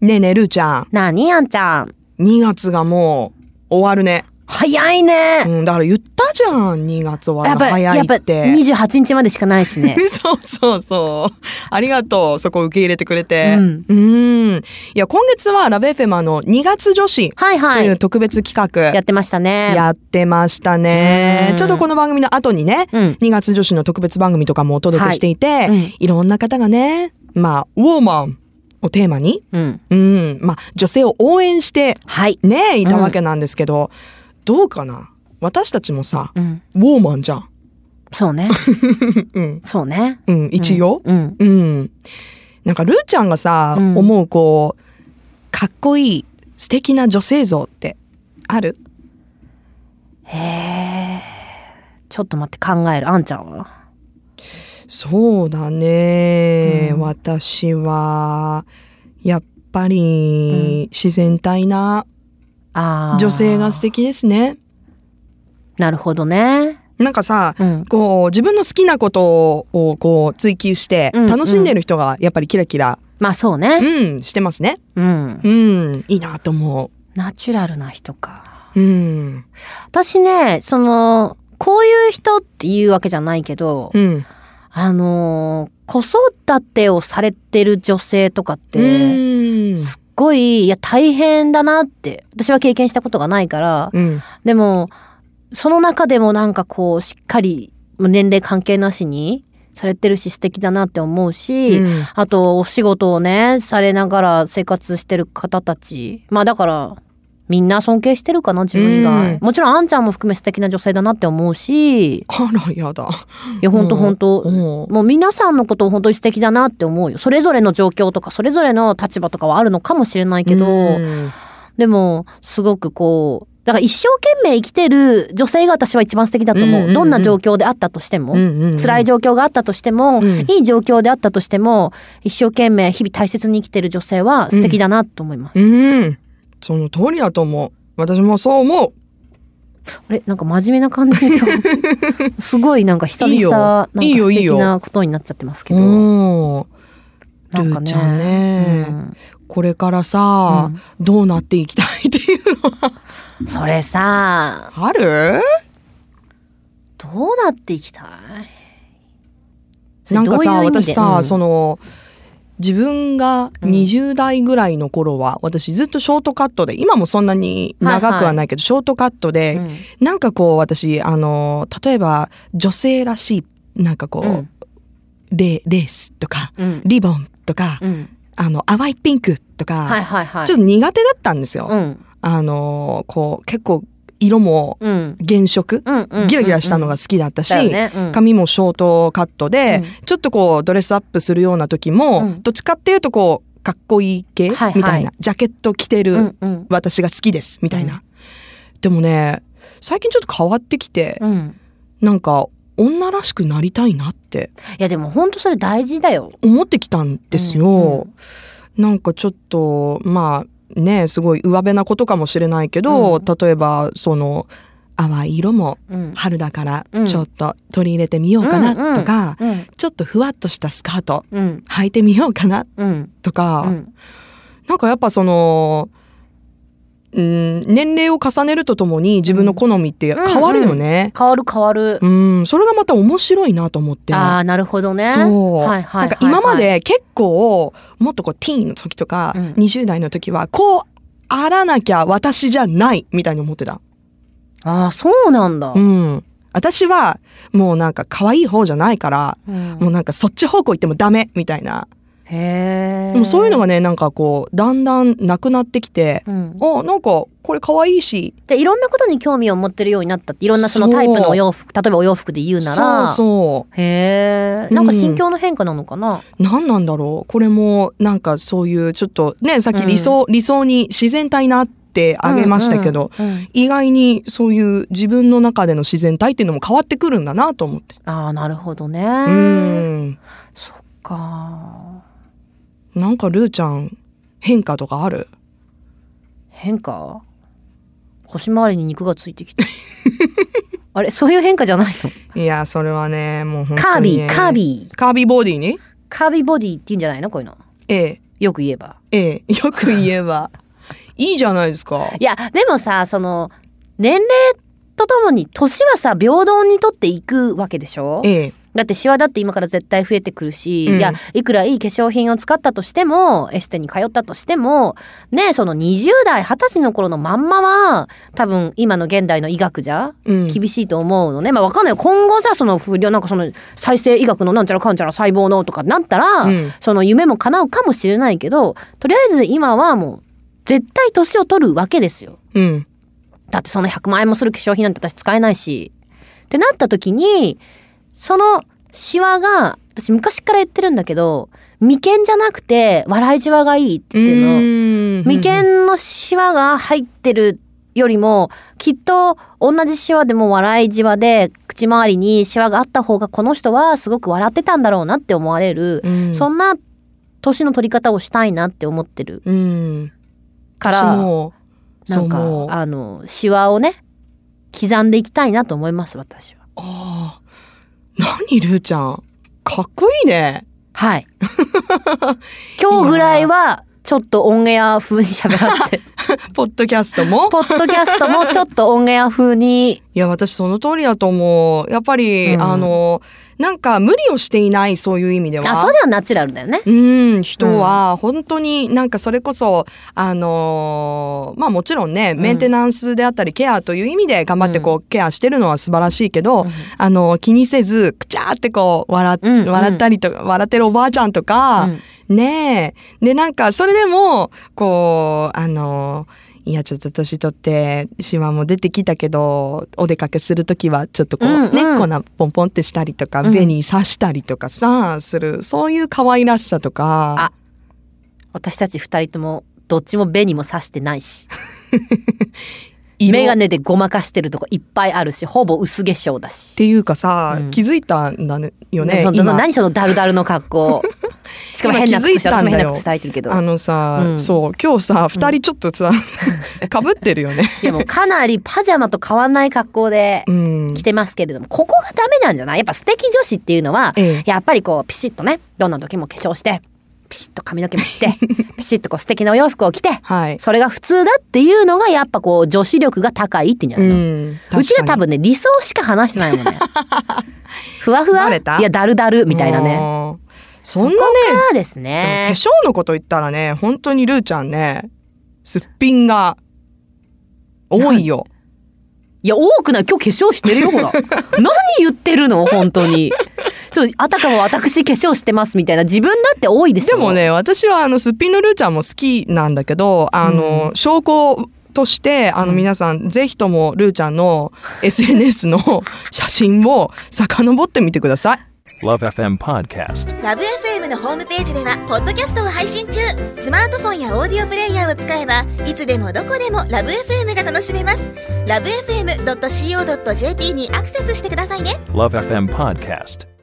ねえねえ、るーちゃん。 なにあんちゃん。 2月がもう終わるね。 早いね。 だから言ったじゃん。2月終わるの早いって。 やっぱ28日までしかないしね。 そう。ありがとう。そこ受け入れてくれて。いや、今月はラブ FM の2月女子という特別企画。 やってましたね。 ちょっとこの番組の後にね、2月女子の特別番組とかもお届けしていて、いろんな方がね、まあ、ウォーマンをテーマに、まあ、女性を応援して、ね、いたわけなんですけど、どうかな、私たちもさ、ウォーマンじゃん。 そうね。そうね。 一応。なんかルーちゃんがさ、思うこうかっこいい素敵な女性像ってある？ ちょっと待って考える。あんちゃんは？ そうだね、私はやっぱり自然体な女性が素敵ですね。 なるほどね。 なんかさ、こう自分の好きなことをこう追求して楽しんでる人がやっぱりキラキラ、 まあそうね、 してますね。いいなと思う。ナチュラルな人か。私ね、こういう人っていうわけじゃないけど、子育てをされてる女性とかってすっごい大変だなって私は経験したことがないから、でもその中でもなんかこうしっかり年齢関係なしにされてるし素敵だなって思うし、あとお仕事をねされながら生活してる方たち、まあだからみんな尊敬してるかな、自分以外。もちろんあんちゃんも含め素敵な女性だなって思うし。 あらやだ。 いや本当もう皆さんのことを本当に素敵だなって思うよ。それぞれの状況とかそれぞれの立場とかはあるのかもしれないけど、でもすごくこうだから一生懸命生きてる女性が私は一番素敵だと思う。どんな状況であったとしても、辛い状況があったとしても、いい状況であったとしても、一生懸命日々大切に生きてる女性は素敵だなと思います。 その通りだと思う。私もそう思う。 あれ、なんか真面目な感じですごいなんか久々なんか素敵なことになっちゃってますけど。 なんかね、ルーちゃんね、これからさ、どうなっていきたいっていうのはそれさある？ どうなっていきたい？ なんかさ、私さ、自分が20代ぐらいの頃は、私ずっとショートカットで、今もそんなに長くはないけど、ショートカットで、なんかこう私、例えば女性らしい、なんかこう、レースとか、リボンとか、淡いピンクとか、ちょっと苦手だったんですよ。こう、結構、色も原色、ギラギラしたのが好きだったし、髪もショートカットで、ちょっとこうドレスアップするような時も、どっちかっていうとこうかっこいい系みたいな、ジャケット着てる私が好きですみたいな。でもね、最近ちょっと変わってきて、なんか女らしくなりたいなって。 いやでも本当それ大事だよ。 思ってきたんですよ。なんかちょっとまあね、すごい上辺なことかもしれないけど、例えば淡い色も春だからちょっと取り入れてみようかなとか、ちょっとふわっとしたスカート履いてみようかなとか、なんかやっぱ年齢を重ねるとともに自分の好みって変わるよね。 変わる。 それがまた面白いなと思って。 ああ、なるほどね。 そう。なんか今まで結構もっとこうティーンの時とか、20代の時はこうあらなきゃ私じゃないみたいに思ってた。 ああ、そうなんだ。 私はもうなんか可愛い方じゃないから、もうなんかそっち方向行ってもダメみたいな。でもそういうのがね、なんかこうだんだんなくなってきて、なんかこれ可愛いし、 でいろんなことに興味を持ってるようになったって、いろんなそのタイプのお洋服、例えばお洋服で言うなら、なんか心境の変化なのかな。 何なんだろう。これもなんかそういうちょっとね、さっき理想に自然体なってあげましたけど、意外にそういう自分の中での自然体っていうのも変わってくるんだなと思って。 ああ、なるほどね。そっか。 なんかルーちゃん変化とかある？ 変化？腰回りに肉がついてきてあれ、そういう変化じゃないの？いや、それはね、もう本当にね、 カービーボディにカービーボディって言うんじゃないの、こういうの。 よく言えば。 よく言えば。いいじゃないですか。 いや、でもさ、その、年齢とともに、年はさ、平等にとっていくわけでしょ？だってシワだって今から絶対増えてくるし、いや、いくらいい化粧品を使ったとしても、エステに通ったとしても、ね、その20代、20歳の頃のまんまは、多分今の現代の医学じゃ、厳しいと思うのね。まあわかんないよ。今後さ、その不良、なんかその再生医学のなんちゃらかんちゃら細胞のとかなったら、その夢も叶うかもしれないけど、とりあえず今はもう、絶対年を取るわけですよ。だってその100万円もする化粧品なんて私使えないし。ってなった時に、そのシワが、私昔から言ってるんだけど、眉間じゃなくて笑いじわがいいって言ってるの。眉間のシワが入ってるよりも、きっと同じシワでも笑いじわで口周りにシワがあった方がこの人はすごく笑ってたんだろうなって思われる、そんな年の取り方をしたいなって思ってる。から、なんかシワをね、刻んでいきたいなと思います、私は。 何ルーちゃんかっこいいね。 はい。今日ぐらいはちょっとオンエア風に喋らせて。 ポッドキャストもちょっとオンエア風に。 いや、私その通りだと思う。やっぱり、なんか無理をしていない、そういう意味では。 そうではナチュラルだよね。 人は本当になんかそれこそまあもちろんね、メンテナンスであったりケアという意味で頑張ってこう、ケアしてるのは素晴らしいけど、気にせずくちゃーってこう笑ったりとか、笑ってるおばあちゃんとか、ねえ。で、なんかそれでもこういや、ちょっと年取ってシワも出てきたけど、お出かけするときはちょっとこう、こんなポンポンってしたりとか、紅刺したりとかさ、する、そういう可愛らしさとか。 私たち2人ともどっちも紅も刺してないし。メガネでごまかしてるとこいっぱいあるし、ほぼ薄化粧だし。 っていうかさ、気づいたんだよね。 何そのダルダルの格好。しかも変な靴下、私も変な靴下履いてるけど。 そう、今日さ、2人ちょっとさ、被ってるよね。 いやもうかなりパジャマと変わんない格好で着てますけれども、ここがダメなんじゃない？やっぱ素敵女子っていうのは、やっぱりこうピシッとね、どんな時も化粧して、ピシッと髪の毛もしてピシッとこう素敵なお洋服を着て、それが普通だっていうのがやっぱこう女子力が高いってんじゃないの？うちら多分ね、理想しか話してないもんね。ふわふわ、いやダルダルみたいなね。そんなね、そこからですね。 化粧のこと言ったらね、本当にルーちゃんね、すっぴんが多いよ。 いや、多くない。今日化粧してるよ、ほら。何言ってるの本当に。そう、あたかも私化粧してますみたいな、自分だって多いでしょ。 でもね、私はすっぴんのルーちゃんも好きなんだけど、証拠として皆さんぜひともルーちゃんの SNS の写真を遡ってみてください。 LoveFM Podcast。LoveFM のホームページではポッドキャストを配信中。スマートフォンやオーディオプレイヤーを使えばいつでもどこでも LoveFM が楽しめます。LoveFM.co.jp にアクセスしてくださいね。LoveFM Podcast。